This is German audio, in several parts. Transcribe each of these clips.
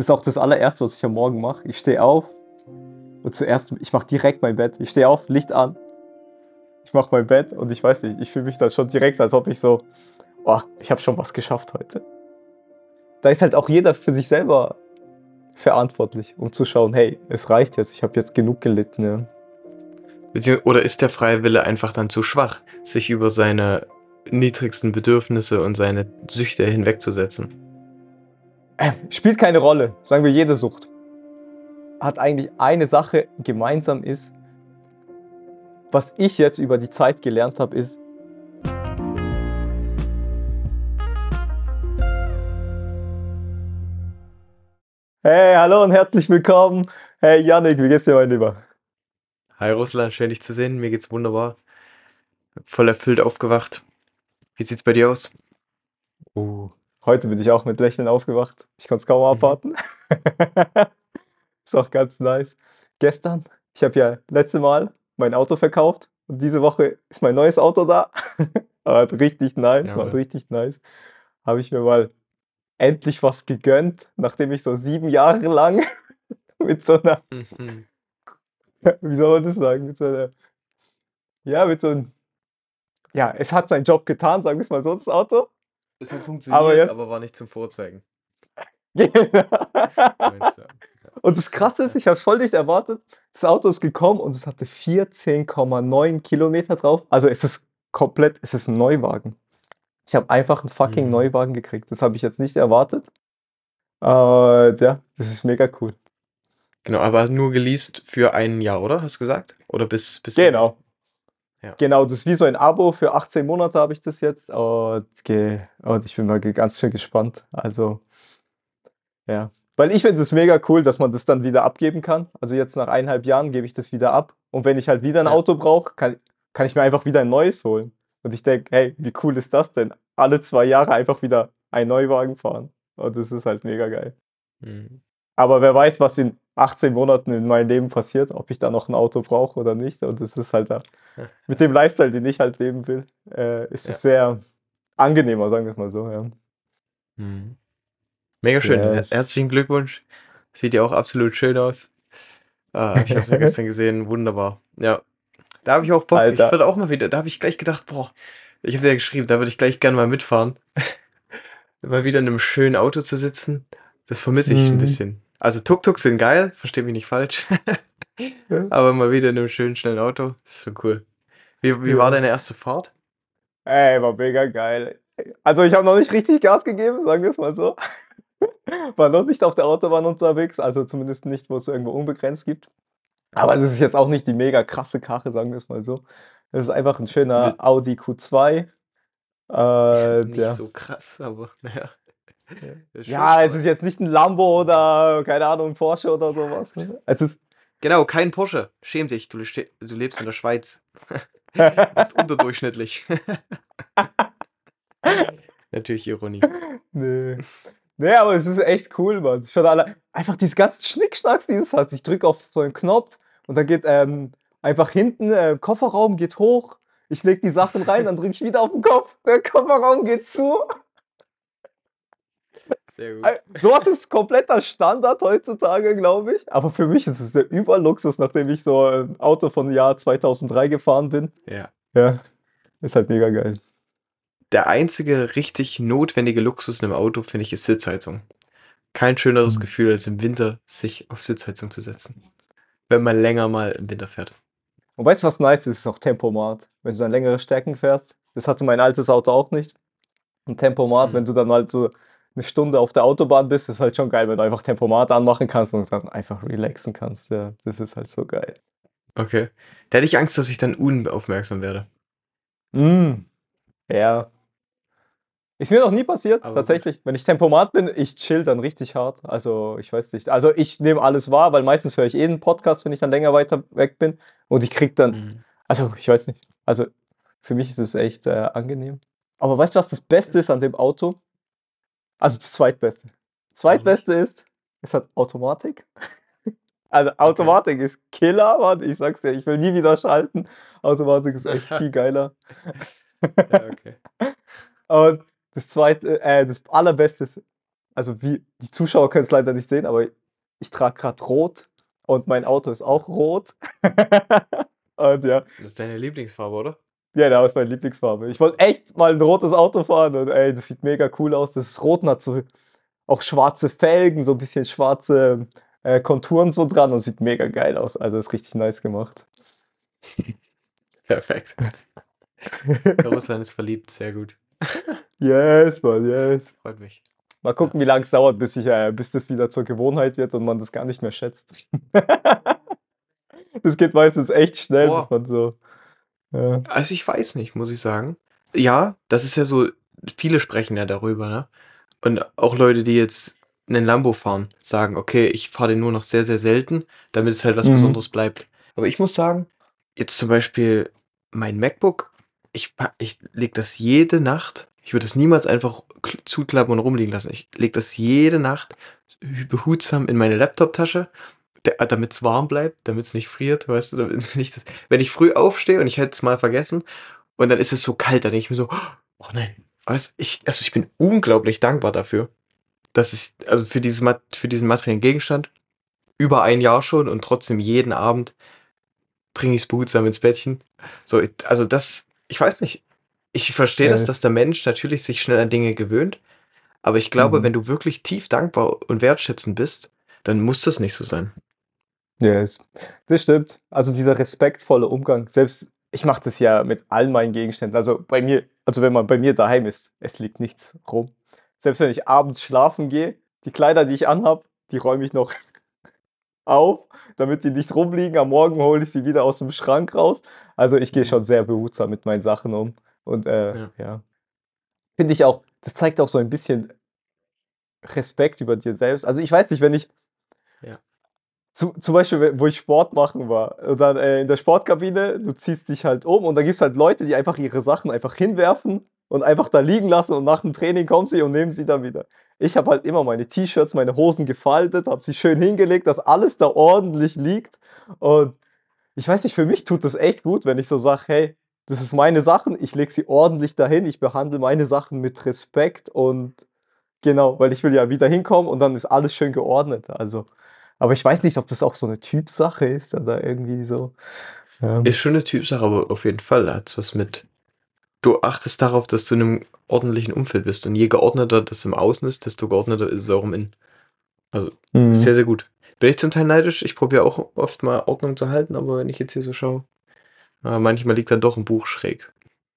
Das ist auch das allererste, was ich am Morgen mache. Ich stehe auf und ich mache direkt mein Bett. Ich stehe auf, Licht an, ich mache mein Bett und ich weiß nicht, ich fühle mich dann schon direkt, als ob ich so, oh, ich habe schon was geschafft heute. Da ist halt auch jeder für sich selber verantwortlich, um zu schauen, hey, es reicht jetzt, ich habe jetzt genug gelitten. Ja. Oder ist der freie Wille einfach dann zu schwach, sich über seine niedrigsten Bedürfnisse und seine Süchte hinwegzusetzen? Spielt keine Rolle, sagen wir, jede Sucht hat eigentlich eine Sache gemeinsam ist, was ich jetzt über die Zeit gelernt habe, ist, hey, hallo und herzlich willkommen. Hey, Yannick, wie geht's dir, mein Lieber? Hi Russland, schön dich zu sehen, mir geht's wunderbar. Voll erfüllt aufgewacht. Wie sieht's bei dir aus? Heute bin ich auch mit Lächeln aufgewacht. Ich konnte es kaum abwarten. Ist auch ganz nice. Gestern, ich habe ja letzte Mal mein Auto verkauft und diese Woche ist mein neues Auto da. War richtig nice, war Jawohl. richtig nice. Habe ich mir mal endlich was gegönnt, nachdem ich so 7 Jahre lang mit so einer, Mhm. wie soll man das sagen, mit so einer, ja, mit so einem, ja, es hat seinen Job getan, sagen wir es mal so, das Auto. Es hat Aber funktioniert, jetzt, aber war nicht zum Vorzeigen. genau. Meinst du? Und das Krasse ist, ich habe es voll nicht erwartet. Das Auto ist gekommen und es hatte 14,9 Kilometer drauf. Also es ist ein Neuwagen. Ich habe einfach einen fucking Mhm. Neuwagen gekriegt. Das habe ich jetzt nicht erwartet. Ja, das ist mega cool. Genau, aber nur geleast für ein Jahr, oder? Hast du gesagt? Oder bis Ende? Genau, Ja. genau. Das ist wie so ein Abo. Für 18 Monate habe ich das jetzt. Und ich bin mal ganz schön gespannt. Also, ja. Weil ich finde es mega cool, dass man das dann wieder abgeben kann. Also jetzt nach 1,5 Jahren gebe ich das wieder ab. Und wenn ich halt wieder ein Ja. Auto brauche, kann ich mir einfach wieder ein neues holen. Und ich denke, hey, wie cool ist das denn? Alle 2 Jahre einfach wieder einen Neuwagen fahren. Und das ist halt mega geil. Mhm. Aber wer weiß, was in 18 Monaten in meinem Leben passiert, ob ich da noch ein Auto brauche oder nicht. Und das ist halt da, mit dem Lifestyle, den ich halt leben will, ist Ja. es sehr angenehmer, sagen wir es mal so. Ja. Mhm. Mega schön. Yes. Herzlichen Glückwunsch. Sieht ja auch absolut schön aus. Ich habe es ja gestern gesehen. Wunderbar. Ja, da habe ich auch Bock. Ich Alter. würde auch mal wieder, da habe ich gleich gedacht, boah, ich habe ja geschrieben, da würde ich gleich gerne mal mitfahren. Mal wieder in einem schönen Auto zu sitzen. Das vermisse ich ein Mhm. bisschen. Also Tuk-Tuks sind geil, versteh mich nicht falsch. Aber mal wieder in einem schönen, schnellen Auto. Das ist schon cool. Wie war Ja. deine erste Fahrt? Ey, war mega geil. Also ich habe noch nicht richtig Gas gegeben, sagen wir es mal so. War noch nicht auf der Autobahn unterwegs, also zumindest nicht, wo es irgendwo unbegrenzt gibt. Aber es ist jetzt auch nicht die mega krasse Karre, sagen wir es mal so. Es ist einfach ein schöner D- Audi Q2. Nicht Ja. so krass, aber naja, ist schon, Ja, es aber ist jetzt nicht ein Lambo oder, keine Ahnung, Porsche oder sowas. Ne? Es ist. genau, kein Porsche. Schäm dich, du lebst in der Schweiz. Du bist unterdurchschnittlich. Natürlich Ironie. Nee. Nee, aber es ist echt cool, Mann. Schon einfach diese ganzen Schnickschnacks, die es hat. Ich drücke auf so einen Knopf und dann geht einfach hinten, Kofferraum geht hoch. Ich lege die Sachen rein, dann drücke ich wieder auf den Kopf. Der Kofferraum geht zu. Sehr gut. Sowas ist kompletter Standard heutzutage, glaube ich. Aber für mich ist es der Überluxus, nachdem ich so ein Auto von Jahr 2003 gefahren bin. Ja. Ja, ist halt mega geil. Der einzige richtig notwendige Luxus in einem Auto, finde ich, ist Sitzheizung. Kein schöneres Hm. Gefühl, als im Winter sich auf Sitzheizung zu setzen. Wenn man länger mal im Winter fährt. Und weißt du, was nice ist? Ist auch Tempomat. Wenn du dann längere Strecken fährst. Das hatte mein altes Auto auch nicht. Ein Tempomat, wenn Mhm. du dann halt so eine Stunde auf der Autobahn bist, ist halt schon geil, wenn du einfach Tempomat anmachen kannst und dann einfach relaxen kannst. Ja, das ist halt so geil. Okay. Da hätte ich Angst, dass ich dann unaufmerksam werde. Mm, ja. Ist mir noch nie passiert, Aber gut. tatsächlich. Wenn ich Tempomat bin, ich chill dann richtig hart. Also, ich weiß nicht. Also, ich nehme alles wahr, weil meistens höre ich eh einen Podcast, wenn ich dann länger weiter weg bin. Und ich krieg dann, Mhm. also, ich weiß nicht. Also, für mich ist es echt angenehm. Aber weißt du, was das Beste ist an dem Auto? Also, das Zweitbeste. Mhm. Zweitbeste ist, es hat Automatik. Also, Okay. Automatik ist Killer, Mann. Ich sag's dir, ich will nie wieder schalten. Automatik ist echt viel geiler. Ja, okay. Und das Allerbeste ist, Also wie, die Zuschauer können es leider nicht sehen, aber ich trage gerade rot und mein Auto ist auch rot. Und ja, Das ist deine Lieblingsfarbe, oder? ja, das ist meine Lieblingsfarbe. Ich wollte echt mal ein rotes Auto fahren und ey, das sieht mega cool aus. Das ist rot und hat so auch schwarze Felgen, so ein bisschen schwarze Konturen so dran und sieht mega geil aus. Also ist richtig nice gemacht. Perfekt. Russland ist verliebt, sehr gut. Yes, Mann, yes. Freut mich. Mal gucken, wie lange es dauert, bis das wieder zur Gewohnheit wird und man das gar nicht mehr schätzt. Das geht meistens echt schnell, bis Boah, man so. Ja. also ich weiß nicht, muss ich sagen. Ja, das ist ja so, viele sprechen ja darüber, ne? Und auch Leute, die jetzt einen Lambo fahren, sagen, okay, ich fahre den nur noch sehr, sehr selten, damit es halt was Mhm. Besonderes bleibt. Aber ich muss sagen, jetzt zum Beispiel mein MacBook, ich lege das jede Nacht, ich würde es niemals einfach zuklappen und rumliegen lassen. Ich lege das jede Nacht behutsam in meine Laptoptasche, damit es warm bleibt, damit es nicht friert, weißt du, damit nicht das, wenn ich früh aufstehe und ich hätte es mal vergessen und dann ist es so kalt, dann denke ich mir so, oh nein, was, also ich bin unglaublich dankbar dafür, dass ich, also für diesen materiellen Gegenstand, über ein Jahr schon und trotzdem jeden Abend bringe ich es behutsam ins Bettchen. So, also das, ich weiß nicht, ich verstehe das, dass Yes. der Mensch natürlich sich schnell an Dinge gewöhnt, aber ich glaube, Mhm. wenn du wirklich tief dankbar und wertschätzend bist, dann muss das nicht so sein. Yes. Das stimmt. Also dieser respektvolle Umgang, selbst ich mache das ja mit all meinen Gegenständen. Also bei mir, also wenn man bei mir daheim ist, es liegt nichts rum. Selbst wenn ich abends schlafen gehe, die Kleider, die ich anhab, die räume ich noch auf, damit die nicht rumliegen. Am Morgen hole ich sie wieder aus dem Schrank raus. Also ich gehe Mhm. schon sehr behutsam mit meinen Sachen um. Und Ja. ja, finde ich auch, das zeigt auch so ein bisschen Respekt über dir selbst. Also ich weiß nicht, wenn ich Ja. zum Beispiel, wo ich Sport machen war, und dann in der Sportkabine, du ziehst dich halt um und da gibt es halt Leute, die einfach ihre Sachen einfach hinwerfen und einfach da liegen lassen und nach dem Training kommen sie und nehmen sie dann wieder. Ich habe halt immer meine T-Shirts, meine Hosen gefaltet, habe sie schön hingelegt, dass alles da ordentlich liegt. Und ich weiß nicht, für mich tut das echt gut, wenn ich so sage, hey, das ist meine Sachen, ich lege sie ordentlich dahin, ich behandle meine Sachen mit Respekt und genau, weil ich will ja wieder hinkommen und dann ist alles schön geordnet. Also, aber ich weiß nicht, ob das auch so eine Typsache ist oder irgendwie so. Ist Ähm, schon eine Typsache, aber auf jeden Fall hat's was mit. Du achtest darauf, dass du in einem ordentlichen Umfeld bist. Und je geordneter das im Außen ist, desto geordneter ist es auch im Innen. Also mhm. sehr, sehr gut. Bin ich zum Teil neidisch. Ich probiere auch oft mal Ordnung zu halten, aber wenn ich jetzt hier so schaue, manchmal liegt dann doch ein Buch schräg.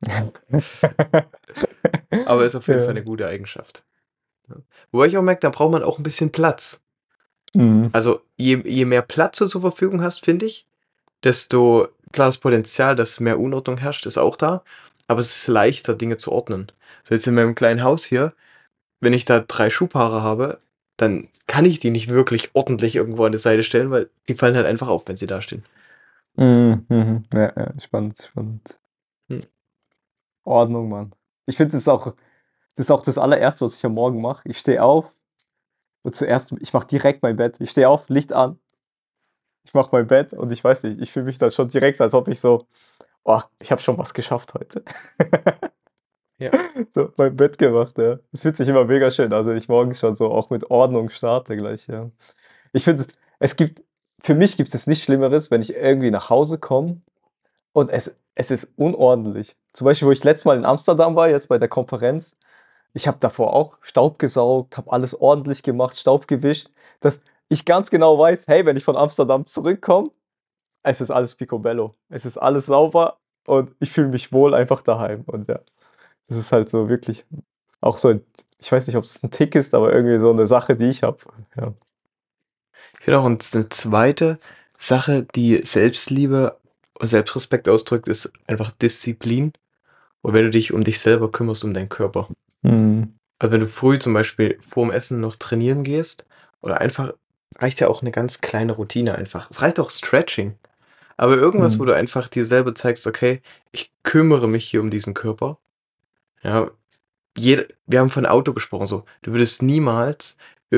Aber ist auf jeden Fall Ja. eine gute Eigenschaft. Ja. Wobei ich auch merke, da braucht man auch ein bisschen Platz. Mhm. Also je mehr Platz du zur Verfügung hast, finde ich, desto klar, das Potenzial, dass mehr Unordnung herrscht, ist auch da. Aber es ist leichter, Dinge zu ordnen. So jetzt in meinem kleinen Haus hier, wenn ich da 3 Schuhpaare habe, dann kann ich die nicht wirklich ordentlich irgendwo an die Seite stellen, weil die fallen halt einfach auf, wenn sie da stehen. Mhm. Mhm. Ja, ja, spannend, spannend. Hm. Ordnung, Mann. Ich finde, das ist auch das allererste, was ich am Morgen mache. Ich stehe auf und zuerst, ich mache direkt mein Bett. Ich stehe auf, Licht an, ich mache mein Bett und ich weiß nicht, ich fühle mich dann schon direkt, als ob ich so, oh, ich habe schon was geschafft heute. Ja. So, mein Bett gemacht, ja. Das fühlt sich immer mega schön. Also ich morgens schon so auch mit Ordnung starte gleich, ja. Ich finde, es gibt, für mich gibt es nichts Schlimmeres, wenn ich irgendwie nach Hause komme und es ist unordentlich. Zum Beispiel, wo ich letztes Mal in Amsterdam war, jetzt bei der Konferenz, ich habe davor auch Staub gesaugt, habe alles ordentlich gemacht, Staub gewischt, dass ich ganz genau weiß, hey, wenn ich von Amsterdam zurückkomme, es ist alles picobello. Es ist alles sauber und ich fühle mich wohl einfach daheim. Und ja, das ist halt so wirklich auch so 'n, ich weiß nicht, ob es ein Tick ist, aber irgendwie so eine Sache, die ich habe. Ja. Ich finde auch, und 'ne zweite Sache, die Selbstliebe und Selbstrespekt ausdrückt, ist einfach Disziplin. Und wenn du dich um dich selber kümmerst, um deinen Körper. Mhm. Also, wenn du früh zum Beispiel vorm Essen noch trainieren gehst oder einfach reicht ja auch eine ganz kleine Routine einfach. Es reicht auch Stretching, aber irgendwas, wo Mhm. du einfach dir selber zeigst: „Okay, ich kümmere mich hier um diesen Körper.“ Ja, wir haben von Auto gesprochen so. Du würdest niemals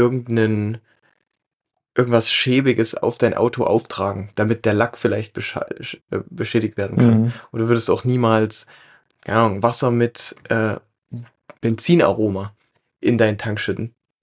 irgendwas Schäbiges auf dein Auto auftragen, damit der Lack vielleicht beschädigt werden kann. Mhm. Und du würdest auch niemals, keine Ahnung, Wasser mit, Benzinaroma in deinen Tank schütten.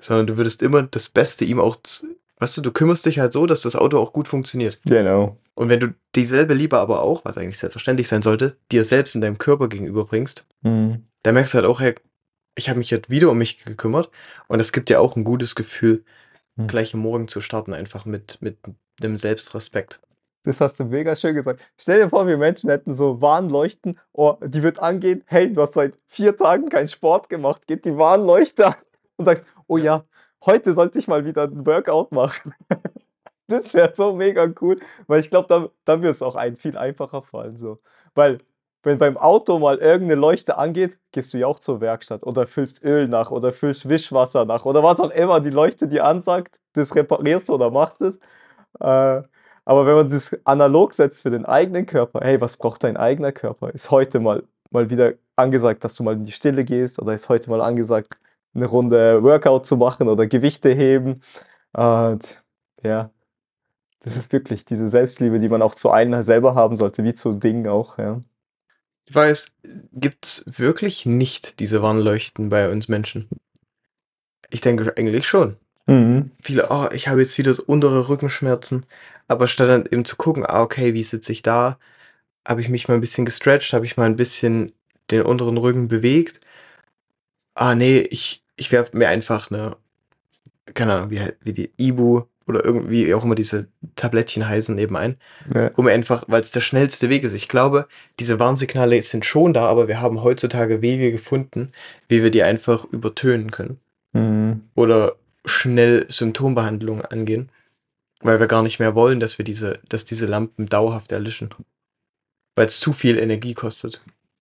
sondern du würdest immer das Beste ihm auch, weißt du, du kümmerst dich halt so, dass das Auto auch gut funktioniert. Genau. Und wenn du dieselbe Liebe aber auch, was eigentlich selbstverständlich sein sollte, dir selbst in deinem Körper gegenüberbringst, Mhm. dann merkst du halt auch, hey, ich habe mich jetzt wieder um mich gekümmert und es gibt dir auch ein gutes Gefühl, Mhm. gleich am Morgen zu starten, einfach mit dem Selbstrespekt. Das hast du mega schön gesagt. Stell dir vor, wir Menschen hätten so Warnleuchten. Oh, die wird angehen. Hey, du hast seit 4 Tagen keinen Sport gemacht. Geht die Warnleuchte an und sagst: „Oh Ja. ja, heute sollte ich mal wieder 'n Workout machen.“ Das wäre so mega cool, weil ich glaube, dann würde es auch einem viel einfacher fallen so. Weil wenn beim Auto mal irgendeine Leuchte angeht, gehst du ja auch zur Werkstatt oder füllst Öl nach oder füllst Wischwasser nach oder was auch immer die Leuchte dir ansagt, das reparierst du oder machst es. Äh, aber wenn man das analog setzt für den eigenen Körper: „Hey, was braucht dein eigener Körper? Ist heute mal wieder angesagt, dass du mal in die Stille gehst oder ist heute mal angesagt, eine Runde Workout zu machen oder Gewichte heben?“ Und ja, das Ja. ist wirklich diese Selbstliebe, die man auch zu einem selber haben sollte, wie zu Dingen auch, ja. Ich weiß, gibt's wirklich nicht diese Warnleuchten bei uns Menschen? Ich denke eigentlich schon. Mhm. Viele: „Oh, ich habe jetzt wieder so untere Rückenschmerzen.“ Aber statt dann eben zu gucken: „Ah, okay, wie sitze ich da? Habe ich mich mal ein bisschen gestretcht? Habe ich mal ein bisschen den unteren Rücken bewegt? Ah nee, ich werfe mir einfach 'ne“, keine Ahnung, wie die Ibu oder irgendwie wie auch immer diese Tablettchen heißen, eben ein, Ja. um einfach, weil es der schnellste Weg ist. Ich glaube, diese Warnsignale sind schon da, aber wir haben heutzutage Wege gefunden, wie wir die einfach übertönen können Mhm. oder schnell Symptombehandlung angehen, weil wir gar nicht mehr wollen, dass diese Lampen dauerhaft erlischen, weil es zu viel Energie kostet.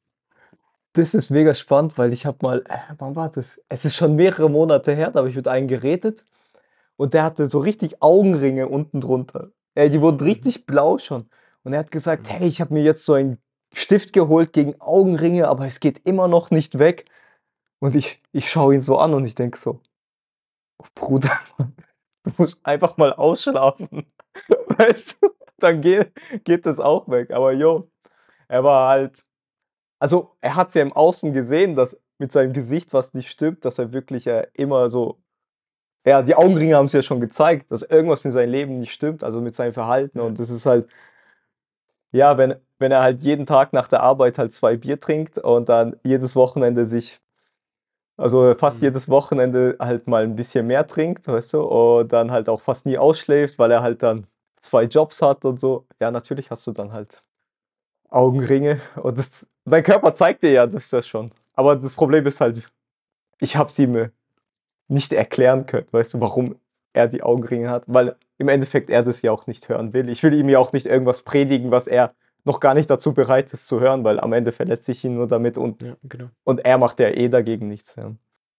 Das ist mega spannend, weil ich habe mal wann war das? Es ist schon mehrere Monate her, da habe ich mit einem geredet und der hatte so richtig Augenringe unten drunter. Die wurden Mhm, richtig blau schon. Und er hat gesagt: mhm. „Hey, ich habe mir jetzt so einen Stift geholt gegen Augenringe, aber es geht immer noch nicht weg.“ Und ich schaue ihn so an und ich denke so: „Oh Bruder, du musst einfach mal ausschlafen.“ Weißt du? Dann geht das auch weg. Aber jo, er war halt also, er hat's ja im Außen gesehen, dass mit seinem Gesicht was nicht stimmt, dass er wirklich, immer so ja, die Augenringe haben's ja schon gezeigt, dass irgendwas in seinem Leben nicht stimmt, also mit seinem Verhalten. Ja, Und das ist halt ja, wenn er halt jeden Tag nach der Arbeit halt 2 Bier trinkt und dann jedes Wochenende sich also fast mhm. jedes Wochenende halt mal 'n bisschen mehr trinkt, weißt du, und dann halt auch fast nie ausschläft, weil er halt dann 2 Jobs hat und so. Ja, natürlich hast du dann halt Augenringe und das dein Körper zeigt dir ja das schon. Aber das Problem ist halt, ich habe es ihm, nicht erklären können, weißt du, warum er die Augenringe hat, weil im Endeffekt er das ja auch nicht hören will. Ich will ihm ja auch nicht irgendwas predigen, was er noch gar nicht dazu bereit ist zu hören, weil am Ende verletze ich ihn nur damit Ja, genau. und er macht ja eh dagegen nichts, ja.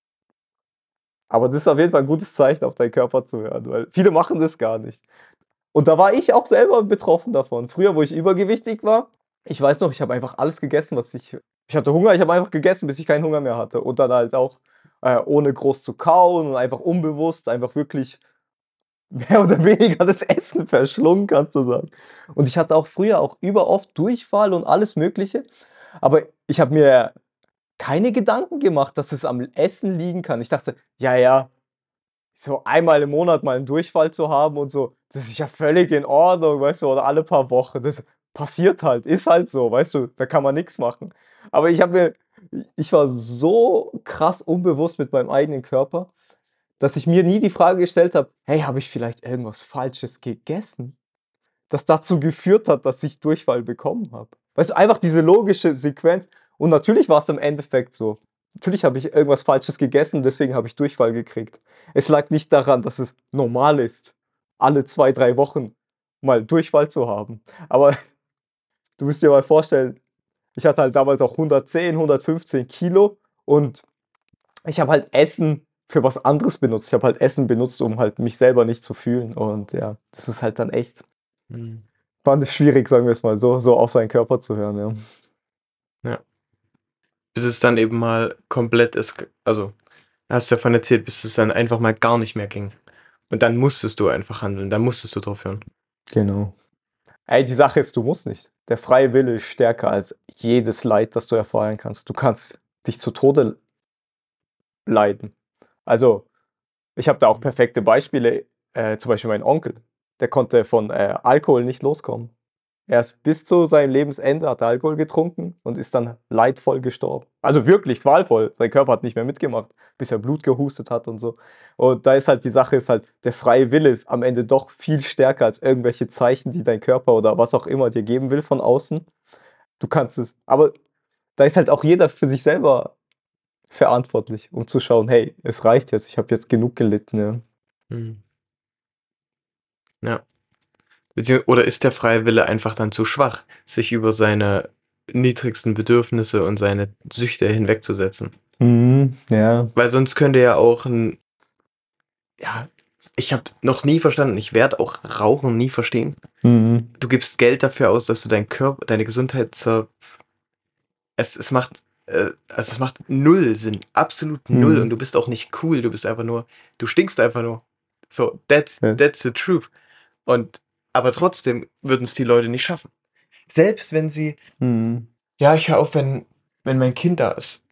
Aber das ist auf jeden Fall 'n gutes Zeichen, auf deinen Körper zu hören, weil viele machen das gar nicht. Und da war ich auch selber betroffen davon. Früher, wo ich übergewichtig war, ich weiß noch, ich habe einfach alles gegessen, was ich hatte Hunger, ich habe einfach gegessen, bis ich keinen Hunger mehr hatte und dann halt auch, ohne groß zu kauen und einfach unbewusst, einfach wirklich mehr oder weniger das Essen verschlungen, kannst du sagen. Und ich hatte auch früher auch überoft Durchfall und alles Mögliche, aber ich habe mir keine Gedanken gemacht, dass es am Essen liegen kann. Ich dachte: „Ja, ja, so einmal im Monat mal 'n Durchfall zu haben und so, das ist ja völlig in Ordnung, weißt du, oder alle paar Wochen. Das passiert halt, ist halt so, weißt du, da kann man nix machen. Aber ich war so krass unbewusst mit meinem eigenen Körper, dass ich mir nie die Frage gestellt habe: „Hey, habe ich vielleicht irgendwas Falsches gegessen, das dazu geführt hat, dass ich Durchfall bekommen habe?“ Weißt du, einfach diese logische Sequenz und natürlich war's im Endeffekt so. Natürlich habe ich irgendwas Falsches gegessen, deswegen habe ich Durchfall gekriegt. Es lag nicht daran, dass es normal ist, alle 2 3 Wochen mal Durchfall zu haben. Aber du musst dir mal vorstellen, ich hatte halt damals auch 110, 115 Kilo und ich habe halt Essen für was anderes benutzt. Ich habe halt Essen benutzt, um halt mich selber nicht zu fühlen und ja, das ist halt dann echt Mhm. fand ich schwierig, sagen wir es mal so auf seinen Körper zu hören, ja. Ja. Bis es dann eben mal komplett also, hast du davon erzählt, bis es dann einfach mal gar nicht mehr ging. Und dann musstest du einfach handeln, dann musstest du drauf hören. Genau. Ey, die Sache ist, du musst nicht. Der freie Wille ist stärker als jedes Leid, das du erfahren kannst. Du kannst dich zu Tode leiden. Also, Ich habe da auch perfekte Beispiele. Zum Beispiel mein Onkel, der konnte von Alkohol nicht loskommen. Er ist bis zu seinem Lebensende hat er Alkohol getrunken und ist dann leidvoll gestorben. Also wirklich qualvoll. Sein Körper hat nicht mehr mitgemacht, bis er Blut gehustet hat und so. Und da ist halt die Sache, ist halt, der freie Wille ist am Ende doch viel stärker als irgendwelche Zeichen, die dein Körper oder was auch immer dir geben will von außen. Du kannst es. Aber da ist halt auch jeder für sich selber verantwortlich, um zu schauen, hey, es reicht jetzt, ich habe jetzt genug gelitten. Ja. Hm. Ja. Oder ist der freie Wille einfach dann zu schwach, sich über seine niedrigsten Bedürfnisse und seine Süchte hinwegzusetzen? Ja. Weil sonst könnte ja auch ein, ja, ich habe noch nie verstanden, ich werde auch Rauchen nie verstehen. Mhm. Du gibst Geld dafür aus, dass du deinen Körper, deine Gesundheit es macht, also es macht null Sinn, absolut null, und Mhm. du bist auch nicht cool, du bist einfach nur, du stinkst einfach nur. So, Ja. that's the truth. Und, aber trotzdem würden es die Leute nicht schaffen. Selbst wenn sie, Mhm. ja, ich höre auf, wenn mein Kind da ist.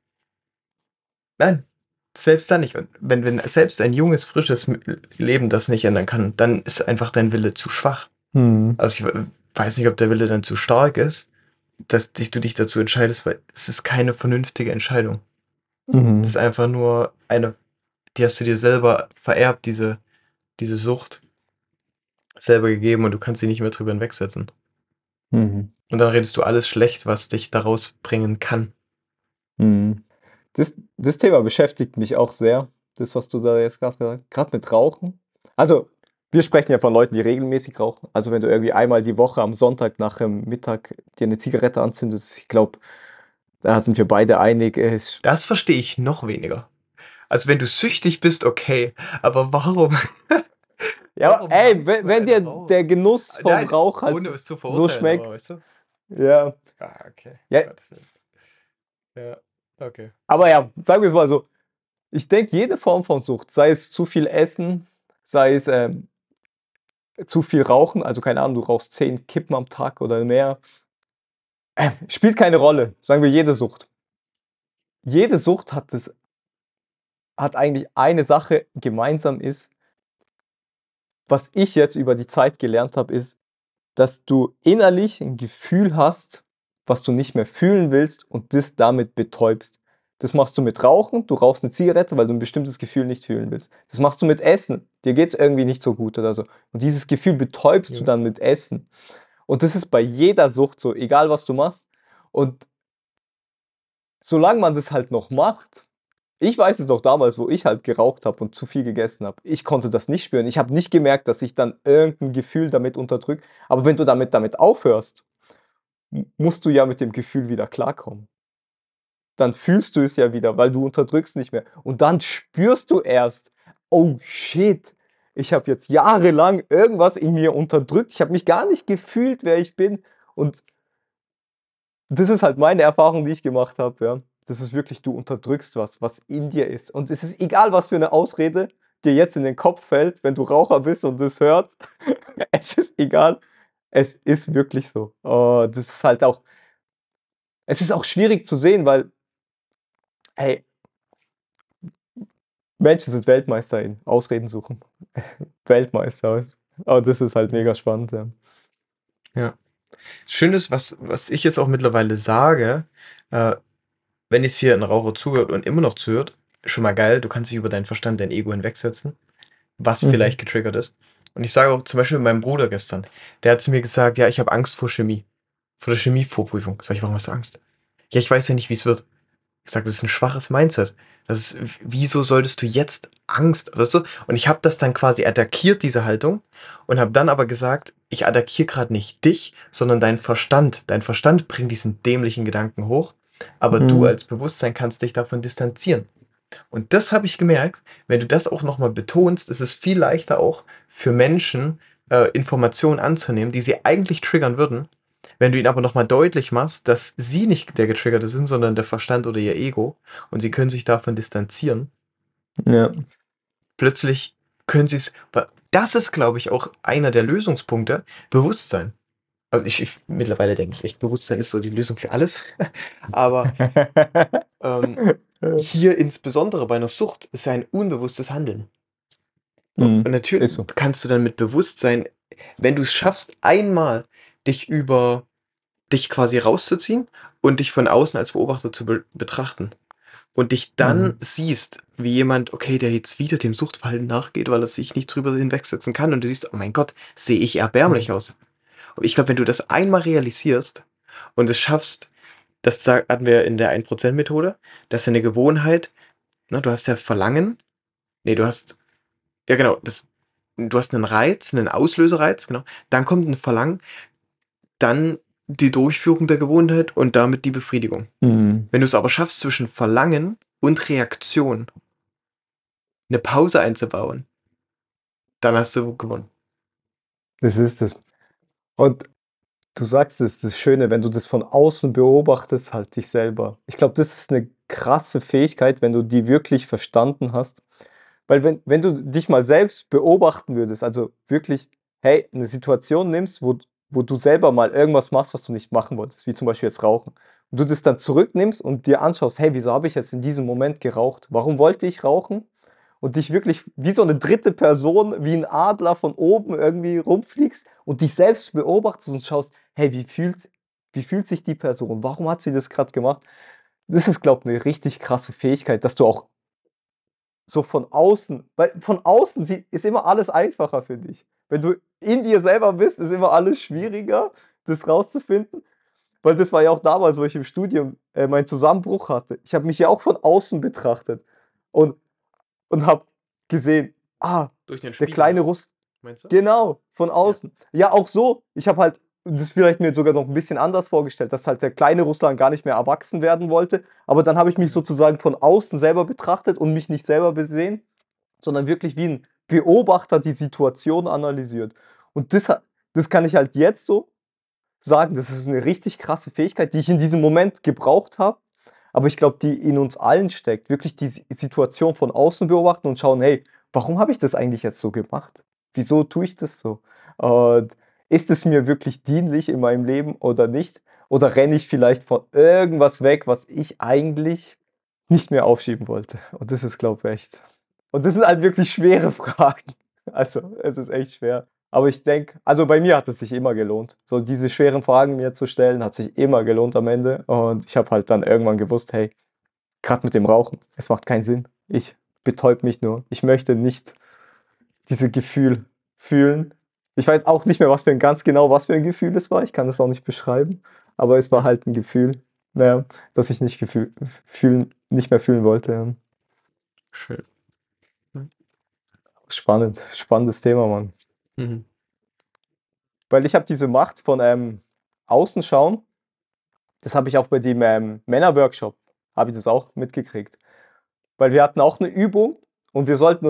Nein, selbst dann nicht. Und wenn selbst ein junges, frisches Leben das nicht ändern kann, dann ist einfach dein Wille zu schwach. Mhm. Also ich weiß nicht, ob der Wille dann zu stark ist, dass du dich dazu entscheidest, weil es ist keine vernünftige Entscheidung. Das ist Mhm. einfach nur die hast du dir selber vererbt, diese Sucht selber gegeben, und du kannst sie nicht mehr drüber hinwegsetzen. Mhm. Und dann redest du alles schlecht, was dich daraus bringen kann. Mhm. Das Thema beschäftigt mich auch sehr, das, was du da jetzt gerade gesagt hast, grad mit Rauchen. Also, wir sprechen ja von Leuten, die regelmäßig rauchen. Also, wenn du irgendwie einmal die Woche am Sonntag nach dem Mittag dir eine Zigarette anzündest, ich glaube, da sind wir beide einig, Das verstehe ich noch weniger. Also wenn du süchtig bist, okay, aber warum, ja, aber warum ey, magst wenn du wenn ein dir Rauch? der Genuss vom Nein, Rauch halt ohne es zu so verurteilen, aber schmeckt, weißt du? ja. Ah, okay, Ja, Gottes Willen. Ja, okay. aber ja, sagen wir es mal so, ich denke, jede Form von Sucht, sei es zu viel Essen, sei es, zu viel Rauchen, also keine Ahnung, du rauchst 10 Kippen am Tag oder mehr, spielt keine Rolle. Sagen wir jede Sucht. Jede Sucht hat eigentlich eine Sache gemeinsam ist, was ich jetzt über die Zeit gelernt habe, ist, dass du innerlich ein Gefühl hast, was du nicht mehr fühlen willst und das damit betäubst. Das machst du mit Rauchen, du rauchst eine Zigarette, weil du ein bestimmtes Gefühl nicht fühlen willst. Das machst du mit Essen, dir geht's irgendwie nicht so gut oder so. Und dieses Gefühl betäubst du Ja. dann mit Essen. Und das ist bei jeder Sucht so, egal was du machst. Und solange man das halt noch macht, ich weiß es noch damals, wo ich halt geraucht habe und zu viel gegessen habe. Ich konnte das nicht spüren. Ich habe nicht gemerkt, dass ich dann irgendein Gefühl damit unterdrücke. Aber wenn du damit aufhörst, musst du ja mit dem Gefühl wieder klarkommen. Dann fühlst du es ja wieder, weil du unterdrückst nicht mehr. Und dann spürst du erst, oh shit, ich habe jetzt jahrelang irgendwas in mir unterdrückt. Ich habe mich gar nicht gefühlt, wer ich bin. Und das ist halt meine Erfahrung, die ich gemacht habe, ja. Das ist wirklich, du unterdrückst was, was in dir ist. Und es ist egal, was für eine Ausrede dir jetzt in den Kopf fällt, wenn du Raucher bist und das hört. Es ist egal. Es ist wirklich so. Das ist halt auch, es ist auch schwierig zu sehen, weil, hey, Menschen sind Weltmeister in Ausreden suchen. Weltmeister. Aber das ist halt Ja. mega spannend, ja. Ja. Schön ist, was ich jetzt auch mittlerweile sage, äh, wenn jetzt hier ein Raucher zuhört und immer noch zuhört, schon mal geil, du kannst dich über deinen Verstand, dein Ego hinwegsetzen, was Mhm. vielleicht getriggert ist. Und ich sage auch zum Beispiel meinem Bruder gestern, der hat zu mir gesagt, ja, ich habe Angst vor Chemie, vor der Chemievorprüfung. Sag ich, warum hast du Angst? Ja, ich weiß ja nicht, wie es wird. Ich sage, das ist ein schwaches Mindset. Das ist, wieso solltest du jetzt Angst, weißt du? Und ich habe das dann quasi attackiert, diese Haltung, und habe dann aber gesagt, ich attackiere gerade nicht dich, sondern deinen Verstand. Dein Verstand bringt diesen dämlichen Gedanken hoch, aber du Mhm. als Bewusstsein kannst dich davon distanzieren. Und das habe ich gemerkt, wenn du das auch nochmal betonst, ist es viel leichter auch für Menschen, Informationen anzunehmen, die sie eigentlich triggern würden. Wenn du ihnen aber nochmal deutlich machst, dass sie nicht der Getriggerte sind, sondern der Verstand oder ihr Ego, und sie können sich davon distanzieren, Ja. plötzlich können sie es. Das ist, glaube ich, auch einer der Lösungspunkte: Bewusstsein. Also mittlerweile denke ich echt, Bewusstsein ist so die Lösung für alles. Aber ähm, hier insbesondere bei einer Sucht ist ja ein unbewusstes Handeln. Mhm. Und natürlich Ist so. kannst du dann mit Bewusstsein, wenn du es schaffst, einmal dich quasi rauszuziehen und dich von außen als Beobachter zu betrachten und dich dann Mhm. siehst, wie jemand, okay, der jetzt wieder dem Suchtverhalten nachgeht, weil er sich nicht drüber hinwegsetzen kann und du siehst, oh mein Gott, sehe ich Mhm. erbärmlich aus. Und ich glaube, wenn du das einmal realisierst und es schaffst, hatten wir in der 1% Methode, dass eine Gewohnheit, ne, du hast ja Verlangen, nee, ja genau, du hast einen Reiz, einen Auslösereiz, genau, dann kommt ein Verlangen, dann die Durchführung der Gewohnheit und damit die Befriedigung. Mhm. Wenn du es aber schaffst, zwischen Verlangen und Reaktion eine Pause einzubauen, dann hast du gewonnen. Das ist es. Und du sagst es, das Schöne, wenn du das von außen beobachtest, halt dich selber. Ich glaube, das ist eine krasse Fähigkeit, wenn du die wirklich verstanden hast. Weil wenn du dich mal selbst beobachten würdest, also wirklich, hey, eine Situation nimmst, wo du selber mal irgendwas machst, was du nicht machen wolltest, wie zum Beispiel jetzt Rauchen. Und du das dann zurücknimmst und dir anschaust, hey, wieso habe ich jetzt in diesem Moment geraucht? Warum wollte ich rauchen? Und dich wirklich wie so eine dritte Person, wie ein Adler von oben irgendwie rumfliegst und dich selbst beobachtest und schaust, hey, wie fühlt sich die Person? Warum hat sie das gerade gemacht? Das ist, glaube ich, eine richtig krasse Fähigkeit, dass du auch so von außen, weil von außen ist immer alles einfacher für dich. Wenn du in dir selber bist, ist immer alles schwieriger, das rauszufinden. Weil das war ja auch damals, wo ich im Studium meinen Zusammenbruch hatte. Ich habe mich ja auch von außen betrachtet und, und habe gesehen, Durch den der Spiegel, kleine ne? Russ, Meinst du? genau, von Ja. außen. Ja, auch so. Ich habe halt das vielleicht mir sogar noch ein bisschen anders vorgestellt, dass halt der kleine Russland gar nicht mehr erwachsen werden wollte. Aber dann habe ich mich Mhm. sozusagen von außen selber betrachtet und mich nicht selber besehen, sondern wirklich wie ein Beobachter die Situation analysiert. Und das kann ich halt jetzt so sagen, das ist eine richtig krasse Fähigkeit, die ich in diesem Moment gebraucht habe, aber ich glaube, die in uns allen steckt. Wirklich die Situation von außen beobachten und schauen: „Hey, warum habe ich das eigentlich jetzt so gemacht? Wieso tue ich das so? Und ist es mir wirklich dienlich in meinem Leben oder nicht? Oder renne ich vielleicht von irgendwas weg, was ich eigentlich nicht mehr aufschieben wollte?“ Und das ist, glaube ich, echt, und das sind halt wirklich schwere Fragen. Also, es ist echt schwer. Aber ich denke, also bei mir hat es sich immer gelohnt. So diese schweren Fragen mir zu stellen, hat sich immer gelohnt am Ende. Und ich habe halt dann irgendwann gewusst, hey, gerade mit dem Rauchen, es macht keinen Sinn. Ich betäube mich nur. Ich möchte nicht diese Gefühl fühlen. Ich weiß auch nicht mehr, was für ein Gefühl es war. Ich kann es auch nicht beschreiben. Aber es war Mhm. halt ein Gefühl, naja, das ich nicht mehr fühlen wollte. Ja. Schön. Mhm. Spannend, spannendes Thema, Mann. Mhm. Weil ich habe diese Macht von Außenschauen, das habe ich auch bei dem Männerworkshop, habe ich das auch mitgekriegt. Weil wir hatten auch eine Übung und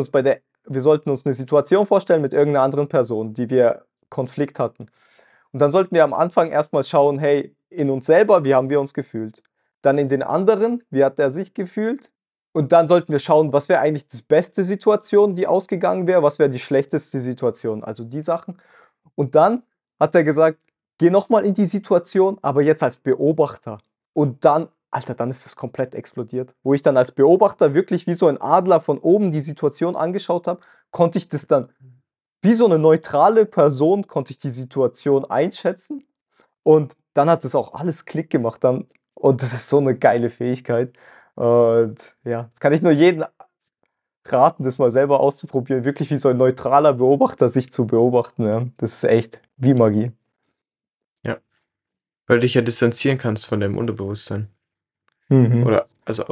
wir sollten uns eine Situation vorstellen mit irgendeiner anderen Person, die wir Konflikt hatten. Und dann sollten wir am Anfang erstmal schauen, hey, in uns selber, wie haben wir uns gefühlt? Dann in den anderen, wie hat er sich gefühlt? Und dann sollten wir schauen, was wäre eigentlich die beste Situation, die ausgegangen wäre, was wäre die schlechteste Situation, also die Sachen. Und dann hat er gesagt, geh nochmal in die Situation, aber jetzt als Beobachter. Und dann, Alter, dann ist das komplett explodiert. Wo ich dann als Beobachter wirklich wie so ein Adler von oben die Situation angeschaut habe, konnte ich das dann wie so eine neutrale Person, konnte ich die Situation einschätzen. Und dann hat das auch alles Klick gemacht dann. Und das ist so eine geile Fähigkeit. Und ja, das kann ich nur jedem raten, das mal selber auszuprobieren, wirklich wie so ein neutraler Beobachter sich zu beobachten. Ja. Das ist echt wie Magie. Ja. Weil du dich ja distanzieren kannst von deinem Unterbewusstsein. Mhm. Oder also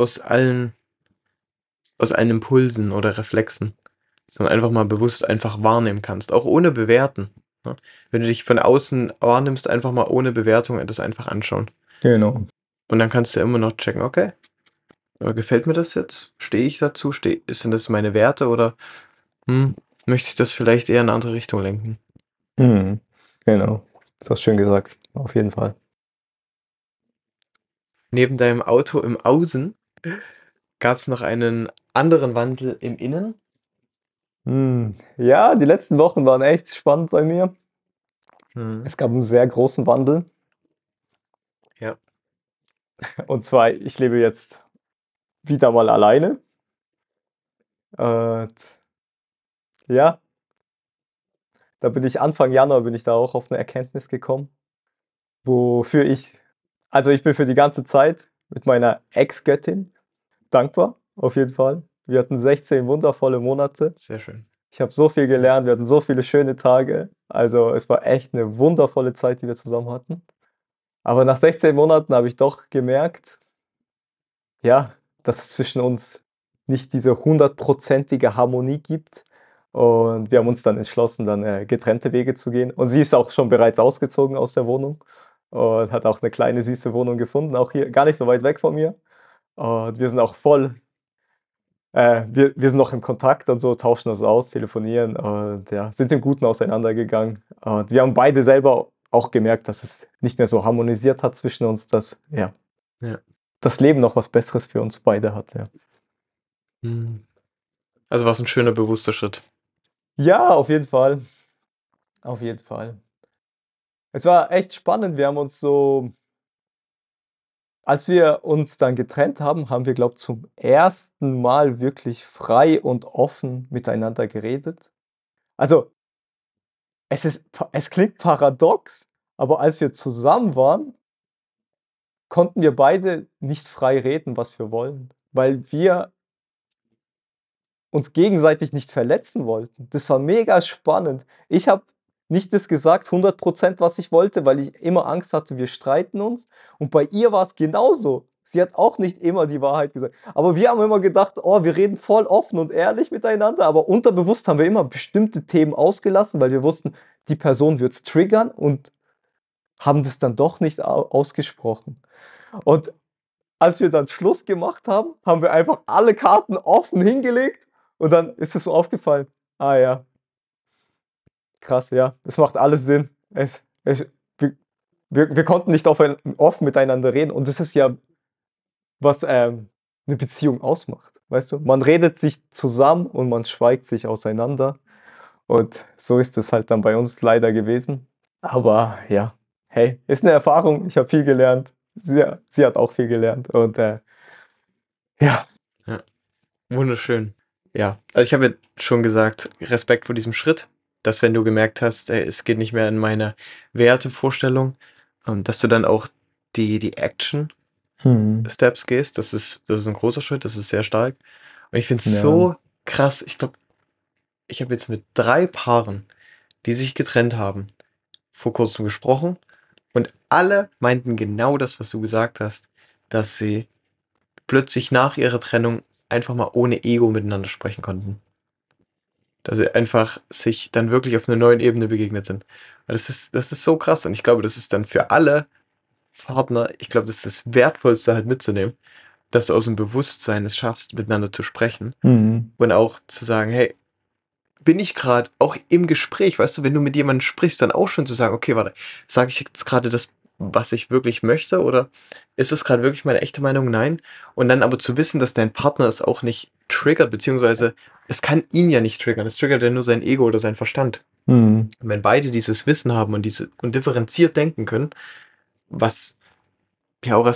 aus allen Impulsen oder Reflexen. Sondern einfach mal bewusst einfach wahrnehmen kannst, auch ohne bewerten. Ne? Wenn du dich von außen wahrnimmst, einfach mal ohne Bewertung das einfach anschauen. Genau. Und dann kannst du immer noch checken, okay, gefällt mir das jetzt? Stehe ich dazu? Sind das meine Werte oder hm, möchte ich das vielleicht eher in eine andere Richtung lenken? Mhm. Genau. Das hast du schön gesagt. Auf jeden Fall. Neben deinem Auto im Außen gab es noch einen anderen Wandel im Innen. Ja, die letzten Wochen waren echt spannend bei mir. Mhm. Es gab einen sehr großen Wandel. Ja. Und zwar, ich lebe jetzt wieder mal alleine. Äh, Ja, da bin ich Anfang Januar bin ich da auch auf eine Erkenntnis gekommen, wofür ich bin für die ganze Zeit mit meiner Ex-Göttin dankbar, auf jeden Fall. Wir hatten 16 wundervolle Monate. Sehr schön. Ich habe so viel Ja. gelernt, wir hatten so viele schöne Tage. Also, es war echt eine wundervolle Zeit, die wir zusammen hatten. Aber nach 16 Monaten habe ich doch gemerkt, ja, dass es zwischen uns nicht diese hundertprozentige Harmonie gibt. Und wir haben uns dann entschlossen, dann, getrennte Wege zu gehen. Und sie ist auch schon bereits ausgezogen aus der Wohnung und hat auch eine kleine süße Wohnung gefunden, auch hier gar nicht so weit weg von mir. Und wir sind auch voll wir sind noch im Kontakt und so, tauschen uns aus, telefonieren und ja, sind im Guten auseinandergegangen. Und wir haben beide selber auch gemerkt, dass es nicht mehr so harmonisiert hat zwischen uns, dass, ja, Ja. das Leben noch was Besseres für uns beide hat, ja. Mhm. Also war es ein schöner, bewusster Schritt. Ja, auf jeden Fall. Auf jeden Fall. Es war echt spannend. Wir haben uns so als wir uns dann getrennt haben, haben wir, glaube ich, zum ersten Mal wirklich frei und offen miteinander geredet. Also, es klingt paradox, aber als wir zusammen waren, konnten wir beide nicht frei reden, was wir wollen, weil wir uns gegenseitig nicht verletzen wollten. Das war mega spannend. Ich habe nicht das gesagt, 100%, was ich wollte, weil ich immer Angst hatte, wir streiten uns. Und bei ihr war es genauso. Sie hat auch nicht immer die Wahrheit gesagt. Aber wir haben immer gedacht, oh, wir reden voll offen und ehrlich miteinander. Aber unterbewusst haben wir immer bestimmte Themen ausgelassen, weil wir wussten, die Person wird es triggern und haben das dann doch nicht ausgesprochen. Und als wir dann Schluss gemacht haben, haben wir einfach alle Karten offen hingelegt und dann ist es so aufgefallen. Ah ja, krass, ja, das macht alles Sinn. Wir, wir konnten nicht offen miteinander reden und das ist ja, was eine Beziehung ausmacht. Weißt du, man redet sich zusammen und man schweigt sich auseinander. Und so ist es halt dann bei uns leider gewesen. Aber ja, hey, ist eine Erfahrung. Ich habe viel gelernt. Sie hat auch viel gelernt. Und ja, Ja, wunderschön. Ja, also ich habe ja schon gesagt, Respekt vor diesem Schritt, dass wenn du gemerkt hast, ey, es geht nicht mehr in meine Wertevorstellung, dass du dann auch die hm, Action-Steps gehst. Das ist ein großer Schritt, das ist sehr stark. Und ich finde es ja, so krass. Ich glaube, ich habe jetzt mit 3 Paaren, die sich getrennt haben, vor Kurzem gesprochen und alle meinten genau das, was du gesagt hast, dass sie plötzlich nach ihrer Trennung einfach mal ohne Ego miteinander sprechen konnten. Dass sie einfach sich dann wirklich auf einer neuen Ebene begegnet sind. Weil das ist so krass und ich glaube, das ist dann für alle Partner, ich glaube, das ist das Wertvollste halt mitzunehmen, dass du aus dem Bewusstsein es schaffst, miteinander zu sprechen hm, und auch zu sagen, hey, bin ich gerade auch im Gespräch, weißt du, wenn du mit jemandem sprichst, dann auch schon zu sagen, okay, warte, sage ich jetzt gerade das, was ich wirklich möchte, oder ist es gerade wirklich meine echte Meinung? Nein. Und dann aber zu wissen, dass dein Partner es auch nicht triggert, beziehungsweise es kann ihn ja nicht triggern, es triggert ja nur sein Ego oder sein Verstand. hm. Und wenn beide dieses Wissen haben und differenziert denken können, was ja auch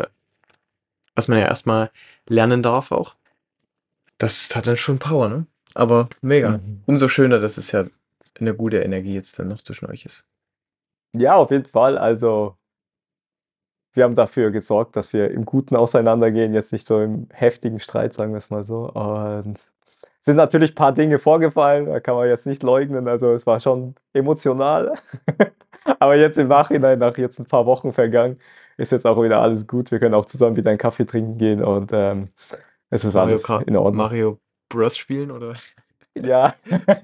was man ja erstmal lernen darf auch, das hat dann schon Power, ne? Aber mega. Mhm. Umso schöner, dass es ja eine gute Energie jetzt dann noch zwischen euch ist. Ja, auf jeden Fall. Also, wir haben dafür gesorgt, dass wir im Guten auseinandergehen, jetzt nicht so im heftigen Streit, sagen wir es mal so. Und sind natürlich ein paar Dinge vorgefallen, da kann man jetzt nicht leugnen. Also, es war schon emotional. Aber jetzt im Nachhinein, nach jetzt ein paar Wochen vergangen, ist jetzt auch wieder alles gut. Wir können auch zusammen wieder einen Kaffee trinken gehen und es ist Mario alles Kart, in Ordnung. Mario Bros. Spielen oder? Ja,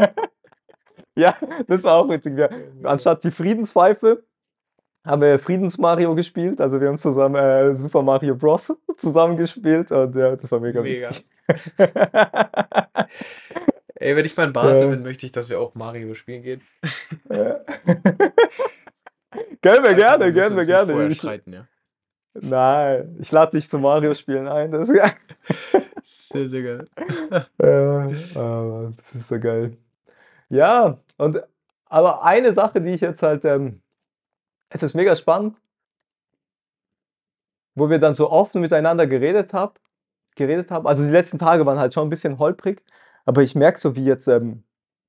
ja, das war auch witzig. Anstatt die Friedenspfeife haben wir Friedens-Mario gespielt. Also wir haben zusammen Super Mario Bros. Zusammen gespielt und ja, das war mega Mega. witzig. Ey, wenn ich mal in Basel Ja. bin, möchte ich, dass wir auch Mario spielen gehen. Ja. Können wir Einfach, wir gerne, müssen können wir uns nicht gerne. vorher streiten, ja. Nein, ich lade dich zum Mario spielen ein. Sehr, sehr geil. Aber das ist so geil. Ja, und aber eine Sache, die ich jetzt halt, es ist mega spannend, wo wir dann so offen miteinander geredet haben. Also die letzten Tage waren halt schon ein bisschen holprig, aber ich merke so, wie jetzt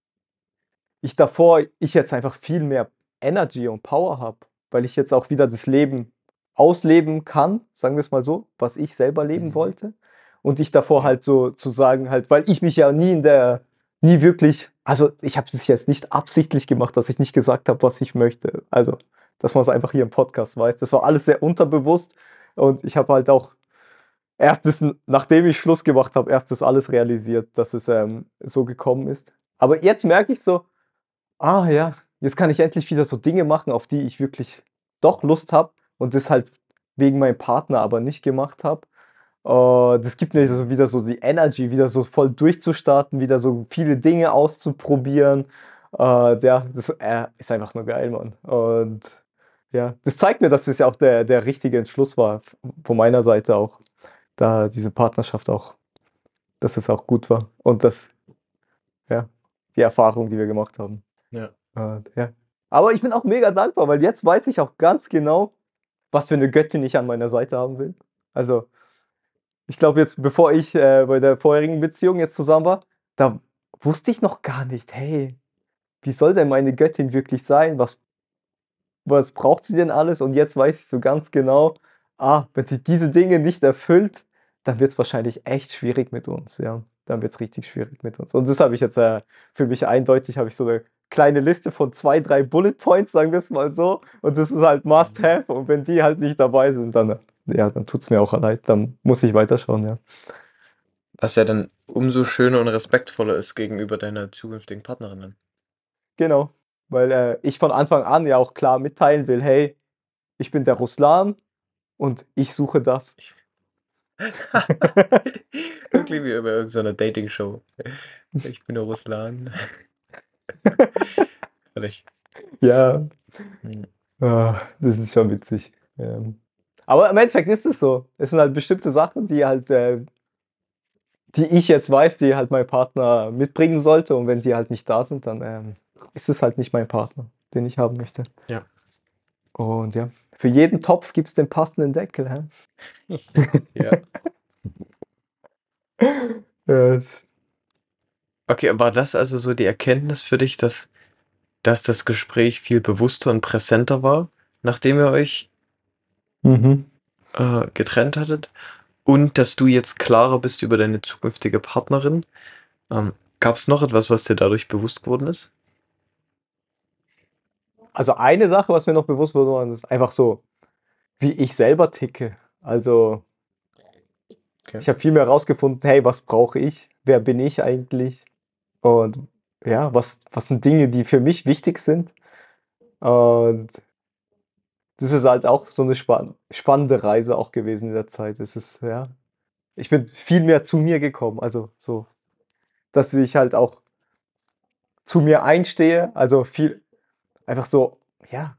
ich jetzt einfach viel mehr Energy und Power habe, weil ich jetzt auch wieder das Leben ausleben kann, sagen wir es mal so, was ich selber leben Mhm. wollte. Und ich davor Ja. halt so zu sagen halt, weil ich mich ja nie wirklich, also ich habe das jetzt nicht absichtlich gemacht, dass ich nicht gesagt habe, was ich möchte. Also, dass man es einfach hier im Podcast weiß. Das war alles sehr unterbewusst und ich habe halt auch erst das, nachdem ich Schluss gemacht habe, erst das alles realisiert, dass es so gekommen ist. Aber jetzt merke ich so, ah ja, jetzt kann ich endlich wieder so Dinge machen, auf die ich wirklich doch Lust habe und das halt wegen meinem Partner aber nicht gemacht habe. Das gibt mir Mhm. so wieder so die Energy, wieder so voll durchzustarten, wieder so viele Dinge auszuprobieren. Ja, das ist einfach nur geil, Mann. Und ja, das zeigt mir, dass es ja auch der richtige Entschluss war, von meiner Seite auch, da diese Partnerschaft auch, dass es auch gut war und dass, ja, die Erfahrung, die wir gemacht haben. Ja. Ja. Aber ich bin auch mega dankbar, weil jetzt weiß ich auch ganz genau, was für eine Göttin ich an meiner Seite haben will. Also, ich glaube jetzt, bevor ich, bei der vorherigen Beziehung jetzt zusammen war, da wusste ich noch gar nicht: „Hey, wie soll denn meine Göttin wirklich sein? Was braucht sie denn alles?“ Und jetzt weiß ich so ganz genau: wenn sie diese Dinge nicht erfüllt, dann wird es wahrscheinlich echt schwierig mit uns, ja. Dann wird es richtig schwierig mit uns. Und das habe ich jetzt, für mich eindeutig habe ich so eine kleine Liste von 2 3 Bullet Points, sagen wir es mal so. Und das ist halt must Mhm. have. Und wenn die halt nicht dabei sind, dann, ja, dann tut es mir auch leid. Dann muss ich weiterschauen, ja. Was ja dann umso schöner und respektvoller ist gegenüber deiner zukünftigen Partnerin dann. Genau, weil, ich von Anfang an ja auch klar mitteilen will: „Hey, ich bin der Ruslan und ich suche das.“ Ich Das klingt wie bei irgend so 'ner Dating-Show. Ich bin der Ruslan. Herrlich. Ja, Mhm. das ist schon witzig. Aber im Endeffekt ist es so. Es sind halt bestimmte Sachen, die halt, die ich jetzt weiß, die halt mein Partner mitbringen sollte und wenn die halt nicht da sind, dann, ist es halt nicht mein Partner, den ich haben möchte. Ja. Und ja, für jeden Topf gibt's den passenden Deckel, hä? Ja. Ja, es Okay, war das also so die Erkenntnis für dich, dass das Gespräch viel bewusster und präsenter war, nachdem ihr euch, mhm. getrennt hattet? Und dass du jetzt klarer bist über deine zukünftige Partnerin? Gab's noch etwas, was dir dadurch bewusst geworden ist? Also, eine Sache, was mir noch bewusst wurde, ist einfach so, wie ich selber ticke. Also, Okay. ich habe viel mehr rausgefunden: „Hey, was brauche ich? Wer bin ich eigentlich?“ Und ja, was sind Dinge, die für mich wichtig sind? Und das ist halt auch so eine spannende Reise auch gewesen in der Zeit. Es ist ja, ich bin viel mehr zu mir gekommen, also so, dass ich halt auch zu mir einstehe, also viel einfach so, ja,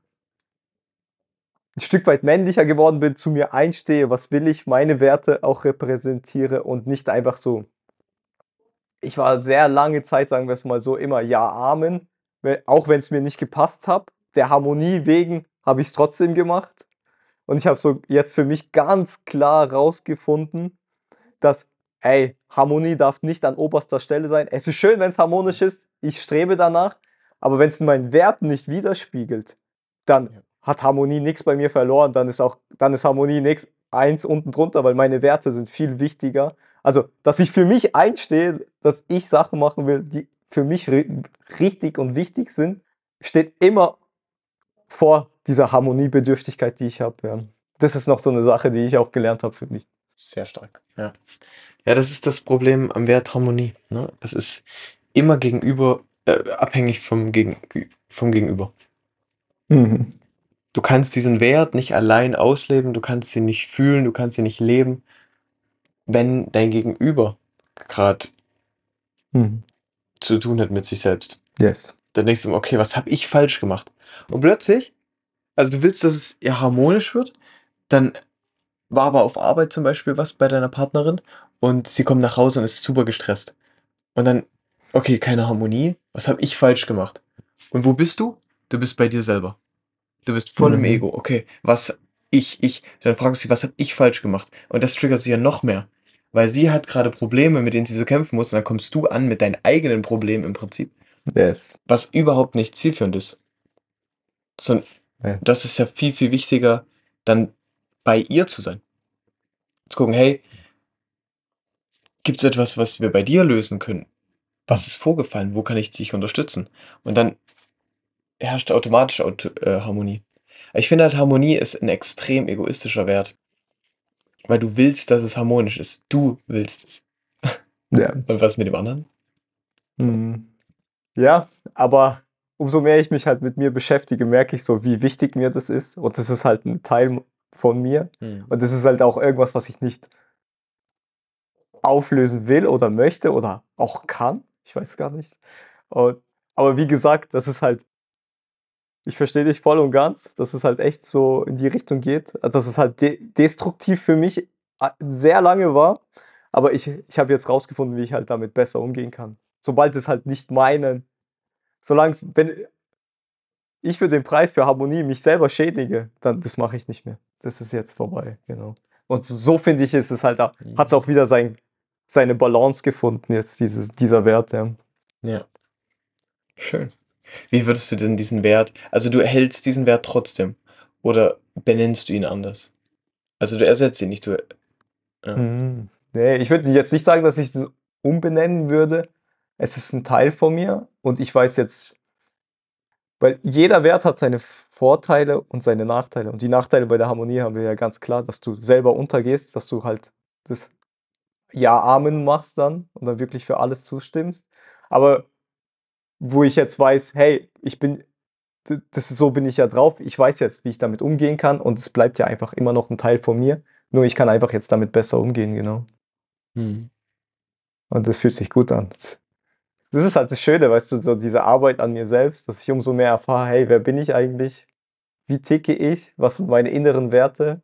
'n Stück weit männlicher geworden bin, zu mir einstehe, was will ich, meine Werte auch repräsentiere und nicht einfach so. Ich war sehr lange Zeit, sagen wir es mal so, immer Ja, Amen, we auch wenn es mir nicht gepasst hat. Der Harmonie wegen habe ich es trotzdem gemacht. Und ich habe so jetzt für mich ganz klar rausgefunden, dass, ey, Harmonie darf nicht an oberster Stelle sein. Es ist schön, wenn es harmonisch ist, ich strebe danach, aber wenn es meinen Werten nicht widerspiegelt, dann Ja. hat Harmonie nichts bei mir verloren, dann ist Harmonie nix eins unten drunter, weil meine Werte sind viel wichtiger. Also, dass ich für mich einstehe, dass ich Sachen machen will, die für mich richtig und wichtig sind, steht immer vor dieser Harmoniebedürftigkeit, die ich habe, ja. Das ist noch so eine Sache, die ich auch gelernt habe für mich. Sehr stark, ja. Ja, das ist das Problem am Wert Harmonie, ne? Das ist immer gegenüber abhängig vom Gegenüber. Mhm. Du kannst diesen Wert nicht allein ausleben, du kannst ihn nicht fühlen, du kannst ihn nicht leben, wenn dein Gegenüber gerade Mhm. zu tun hat mit sich selbst. Yes. Dann denkst du: „Okay, was habe ich falsch gemacht?“ Und plötzlich, also, du willst, dass es ja harmonisch wird, dann war aber auf Arbeit zum Beispiel was bei deiner Partnerin und sie kommt nach Hause und ist super gestresst. Und dann: „Okay, keine Harmonie. Was habe ich falsch gemacht?“ Und wo bist du? Du bist bei dir selber. Du bist voll im Mhm. Ego. Okay, was ich. Dann fragst du sie: „Was habe ich falsch gemacht?“ Und das triggert sie ja noch mehr, weil sie hat gerade Probleme, mit denen sie so kämpfen muss und dann kommst du an mit deinen eigenen Problemen im Prinzip Yes. was überhaupt nicht zielführend ist. Sondern Ja. das ist ja viel, viel wichtiger, dann bei ihr zu sein. Zu gucken, hey, gibt es etwas, was wir bei dir lösen können? Was ist vorgefallen? Wo kann ich dich unterstützen? Und dann herrscht automatisch Harmonie. Ich finde halt, Harmonie ist ein extrem egoistischer Wert, weil du willst, dass es harmonisch ist. Du willst es. Ja. Und was mit dem anderen? So. Mhm. Ja, aber umso mehr ich mich halt mit mir beschäftige, merke ich so, wie wichtig mir das ist. Und das ist halt ein Teil von mir. Hm. Und das ist halt auch irgendwas, was ich nicht auflösen will oder möchte oder auch kann. Ich weiß gar nicht. Und, aber wie gesagt, das ist halt, ich verstehe dich voll und ganz, dass es halt echt so in die Richtung geht. Also, dass es halt destruktiv für mich sehr lange war. Aber ich habe jetzt rausgefunden, wie ich halt damit besser umgehen kann. Sobald es halt nicht solange es, wenn ich für den Preis für Harmonie mich selber schädige, dann das mache ich nicht mehr. Das ist jetzt vorbei, genau. Und so finde ich, ist es halt, hat es auch wieder seine Balance gefunden, jetzt dieser Wert, ja. Ja, schön. Wie würdest du denn diesen Wert, also du erhältst diesen Wert trotzdem oder benennst du ihn anders? Also du ersetzt ihn nicht, ja. Mhm. Nee, ich würde jetzt nicht sagen, dass ich es umbenennen würde. Es ist ein Teil von mir und ich weiß jetzt, weil jeder Wert hat seine Vorteile und seine Nachteile. Und die Nachteile bei der Harmonie haben wir ja ganz klar, dass du selber untergehst, dass du halt das Ja, Amen machst dann und dann wirklich für alles zustimmst. Aber wo ich jetzt weiß, hey, das ist so bin ich ja drauf. Ich weiß jetzt, wie ich damit umgehen kann und es bleibt ja einfach immer noch ein Teil von mir. Nur ich kann einfach jetzt damit besser umgehen, genau. Hm. Und das fühlt sich gut an. Das ist halt das Schöne, weißt du, so diese Arbeit an mir selbst, dass ich umso mehr erfahre, hey, wer bin ich eigentlich? Wie ticke ich? Was sind meine inneren Werte?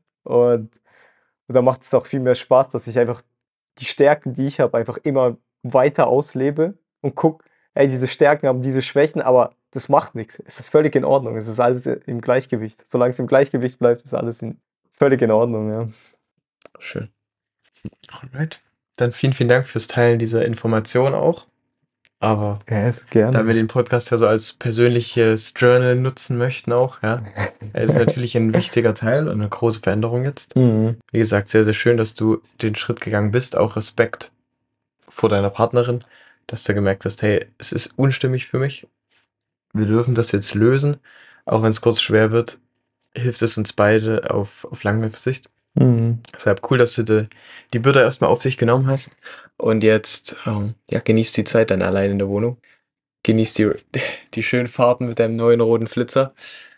Und da macht es auch viel mehr Spaß, dass ich einfach die Stärken, die ich habe, einfach immer weiter auslebe und gucke, ey, diese Stärken haben diese Schwächen, aber das macht nichts. Es ist völlig in Ordnung. Es ist alles im Gleichgewicht. Solange es im Gleichgewicht bleibt, ist alles völlig in Ordnung, ja. Schön. Alright. Dann vielen, vielen Dank fürs Teilen dieser Information auch. Aber Yes, da wir gerne. den Podcast ja so als persönliches Journal nutzen möchten auch, ja, es ist natürlich ein wichtiger Teil und eine große Veränderung jetzt. Mhm. Wie gesagt, sehr, sehr schön, dass du den Schritt gegangen bist. Auch Respekt vor deiner Partnerin, dass du gemerkt hast, hey, es ist unstimmig für mich. Wir dürfen das jetzt lösen. Auch wenn es kurz schwer wird, hilft es uns beide auf lange Sicht. Mhm. Deshalb cool, dass du die Bürde erstmal auf sich genommen hast. Und jetzt, ja, genießt die Zeit dann allein in der Wohnung. Genießt die schönen Fahrten mit deinem neuen roten Flitzer.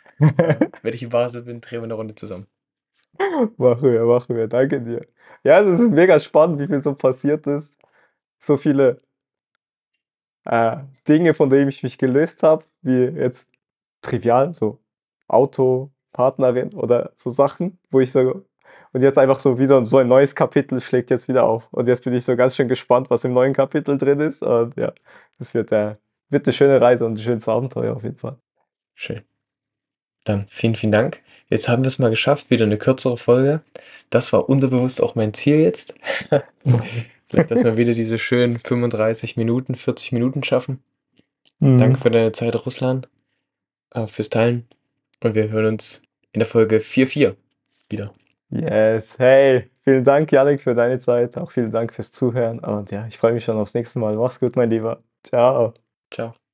Wenn ich in Basel bin, drehen wir eine Runde zusammen. Machen wir. Danke dir. Ja, das ist mega spannend, wie viel so passiert ist. So viele Dinge, von denen ich mich gelöst habe, wie jetzt trivial, so Auto, Partnerin oder so Sachen, wo ich so, und jetzt einfach so wieder so ein neues Kapitel schlägt jetzt wieder auf. Und jetzt bin ich so ganz schön gespannt, was im neuen Kapitel drin ist. Und ja, das wird eine schöne Reise und ein schönes Abenteuer auf jeden Fall. Schön. Dann vielen, vielen Dank. Jetzt haben wir es mal geschafft, wieder eine kürzere Folge. Das war unterbewusst auch mein Ziel jetzt. Vielleicht, dass wir wieder diese schönen 35 Minuten, 40 Minuten schaffen. Danke für deine Zeit, Ruslan, fürs Teilen. Und wir hören uns in der Folge 4.4 wieder. Yes, hey, vielen Dank, Yannick, für deine Zeit. Auch vielen Dank fürs Zuhören. Und ja, ich freue mich schon aufs nächste Mal. Mach's gut, mein Lieber. Ciao. Ciao.